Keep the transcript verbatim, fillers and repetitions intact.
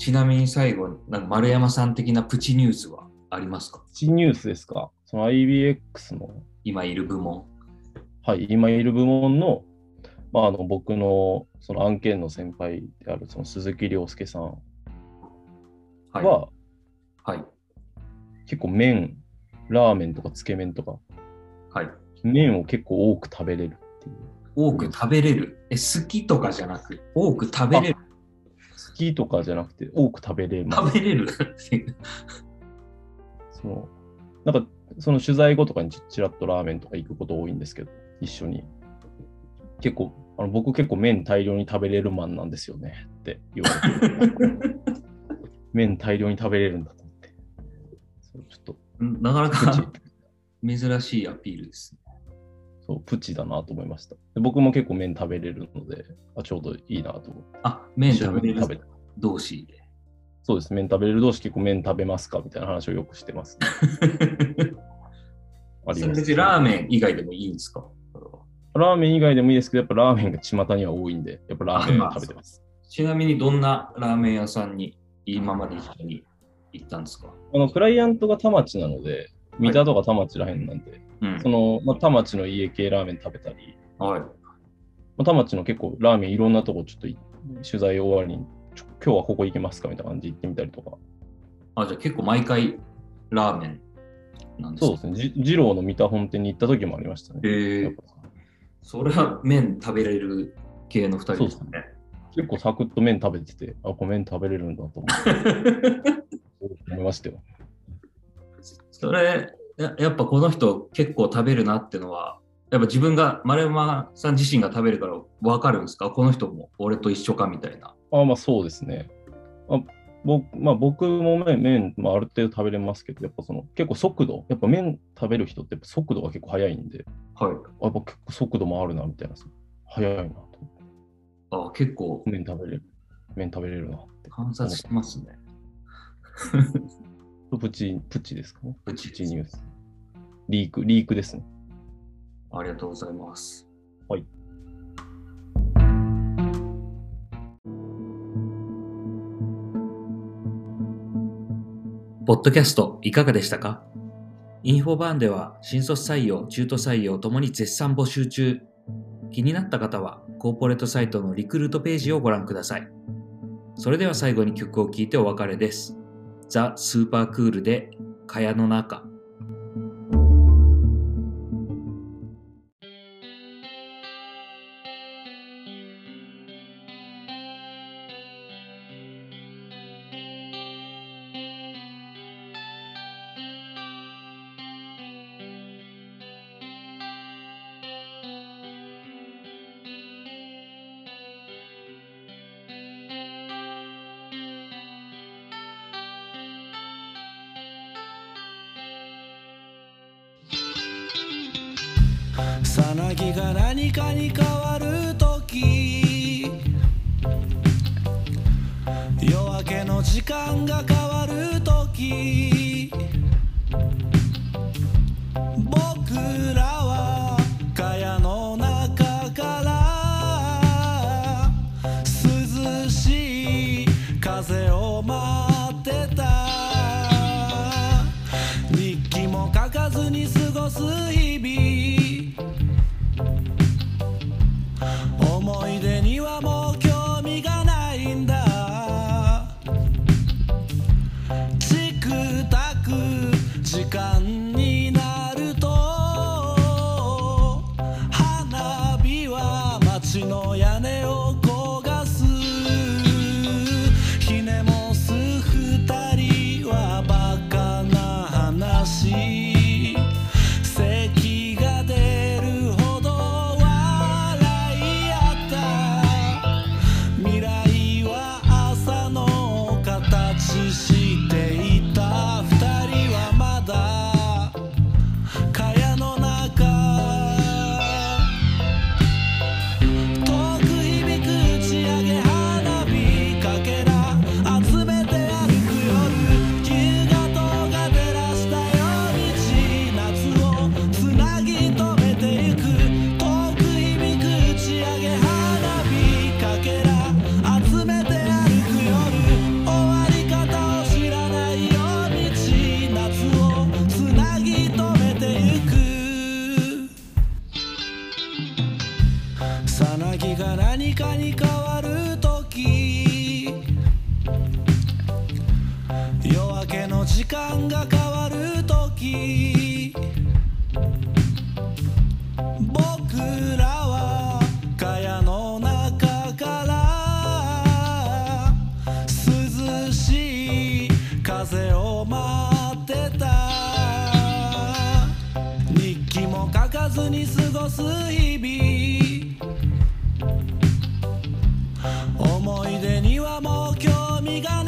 ちなみに最後、なんか丸山さん的なプチニュースはありますか？ プチニュースですか。その アイビーエックス の、 今いる部門。 はい、今いる部門の、まあ、あの僕のその案件の先輩であるその鈴木亮介さんは、 はい。はい。 結構麺、ラーメンとかつけ麺とか、 はい。 麺を結構多く食べれるっていう。 多く食べれる。え、好きとかじゃなく、多く食べれる。 好きとかじゃなくて、多く食べれます。 食べれるそのなんか、その取材後とかにちちらっとラーメンとか行くこと多いんですけど、一緒に。結構、あの僕結構麺大量に食べれるマンなんですよねって言われて。麺大量に食べれるんだと思って。そうちょっとなかなか珍しいアピールですね。 そう、プチだなと思いました。で僕も結構麺食べれるので、あちょうどいいなと思って。 あ、麺食べれる同士で。 そうです、麺食べれる同士結構麺食べますかみたいな話をよくしてます、ね。 あります。それ別にラーメン以外でもいいんですか？ ラーメン以外でもいいですけど、やっぱラーメンが巷には多いんで、やっぱラーメン食べてます。 ちなみにどんなラーメン屋さんに今まで一緒に行ったんですか？ あのクライアントが田町なので、三田とか田町らへんなんで、はい、その、まあ、田町の家系ラーメン食べたり、 はい、まあ、田町の結構ラーメンいろんなとこちょっと取材終わりに、今日はここ行けますかみたいな感じで行ってみたりとか。 あ、じゃあ結構毎回ラーメンなんですか？ そうですね。二郎の三田本店に行った時もありましたね。 へー、それは麺食べれる系のふたりですね。 結構サクッと麺食べてて、あ、これ麺食べれるんだと思って思いましたよ。 それや、やっぱこの人結構食べるなってのは、やっぱ自分が、丸山さん自身が食べるから分かるんですか？この人も俺と一緒かみたいな。 あ、まあそうですね。あ僕, まあ、僕も麺、麺まあ、ある程度食べれますけど、やっぱその結構速度、やっぱ麺食べる人ってやっぱ速度が結構速いんで、 はい、 やっぱ結構速度もあるなみたいな、速いなと思って。 あ、結構麺食べれる、麺食べれるなって観察してますね。 プチ、プチですかね。 プチニュース。リーク、リークですね。 ありがとうございます。 はい。 ポッドキャストいかがでしたか？インフォバーンでは新卒採用、中途採用ともに絶賛募集中。気になった方はコーポレートサイトのリクルートページをご覧ください。それでは最後に曲を聴いてお別れです。ザ・スーパークールで蚊帳の中。 さなぎが何かに変わるとき、夜明けの時間が変わるとき、僕らは蚊帳の中から涼しい風を待ってた。日記も書かずに過ごす日々、思い出にはもう興味がないんだ。チクタ夜明けの時間が変わる時僕らは蚊帳の中から涼しい風を待ってた日記も書かずに過ごす日々思い出にはもう興味がない